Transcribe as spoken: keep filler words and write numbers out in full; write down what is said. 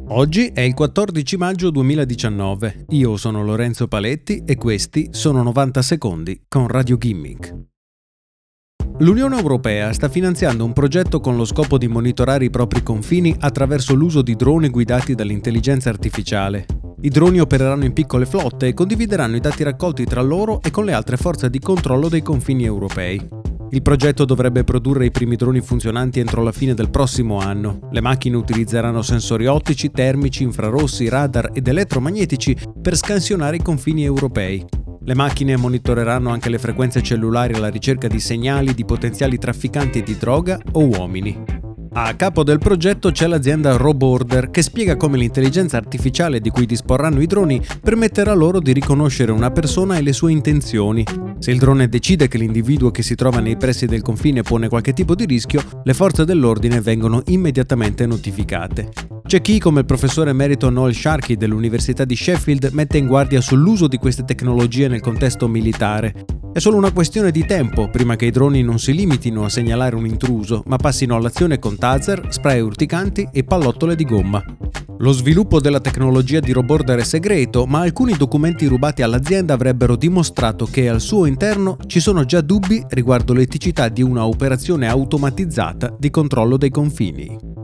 Oggi è il quattordici maggio duemiladiciannove, io sono Lorenzo Paletti e questi sono novanta secondi con Radio Gimmick. L'Unione Europea sta finanziando un progetto con lo scopo di monitorare i propri confini attraverso l'uso di droni guidati dall'intelligenza artificiale. I droni opereranno in piccole flotte e condivideranno i dati raccolti tra loro e con le altre forze di controllo dei confini europei. Il progetto dovrebbe produrre i primi droni funzionanti entro la fine del prossimo anno. Le macchine utilizzeranno sensori ottici, termici, infrarossi, radar ed elettromagnetici per scansionare i confini europei. Le macchine monitoreranno anche le frequenze cellulari alla ricerca di segnali di potenziali trafficanti di droga o uomini. A capo del progetto c'è l'azienda Roborder, che spiega come l'intelligenza artificiale di cui disporranno i droni permetterà loro di riconoscere una persona e le sue intenzioni. Se il drone decide che l'individuo che si trova nei pressi del confine pone qualche tipo di rischio, le forze dell'ordine vengono immediatamente notificate. C'è chi, come il professore emerito Noel Sharkey dell'Università di Sheffield, mette in guardia sull'uso di queste tecnologie nel contesto militare. È solo una questione di tempo prima che i droni non si limitino a segnalare un intruso, ma passino all'azione con taser, spray urticanti e pallottole di gomma. Lo sviluppo della tecnologia di Roborder è segreto, ma alcuni documenti rubati all'azienda avrebbero dimostrato che al suo interno ci sono già dubbi riguardo l'eticità di una operazione automatizzata di controllo dei confini.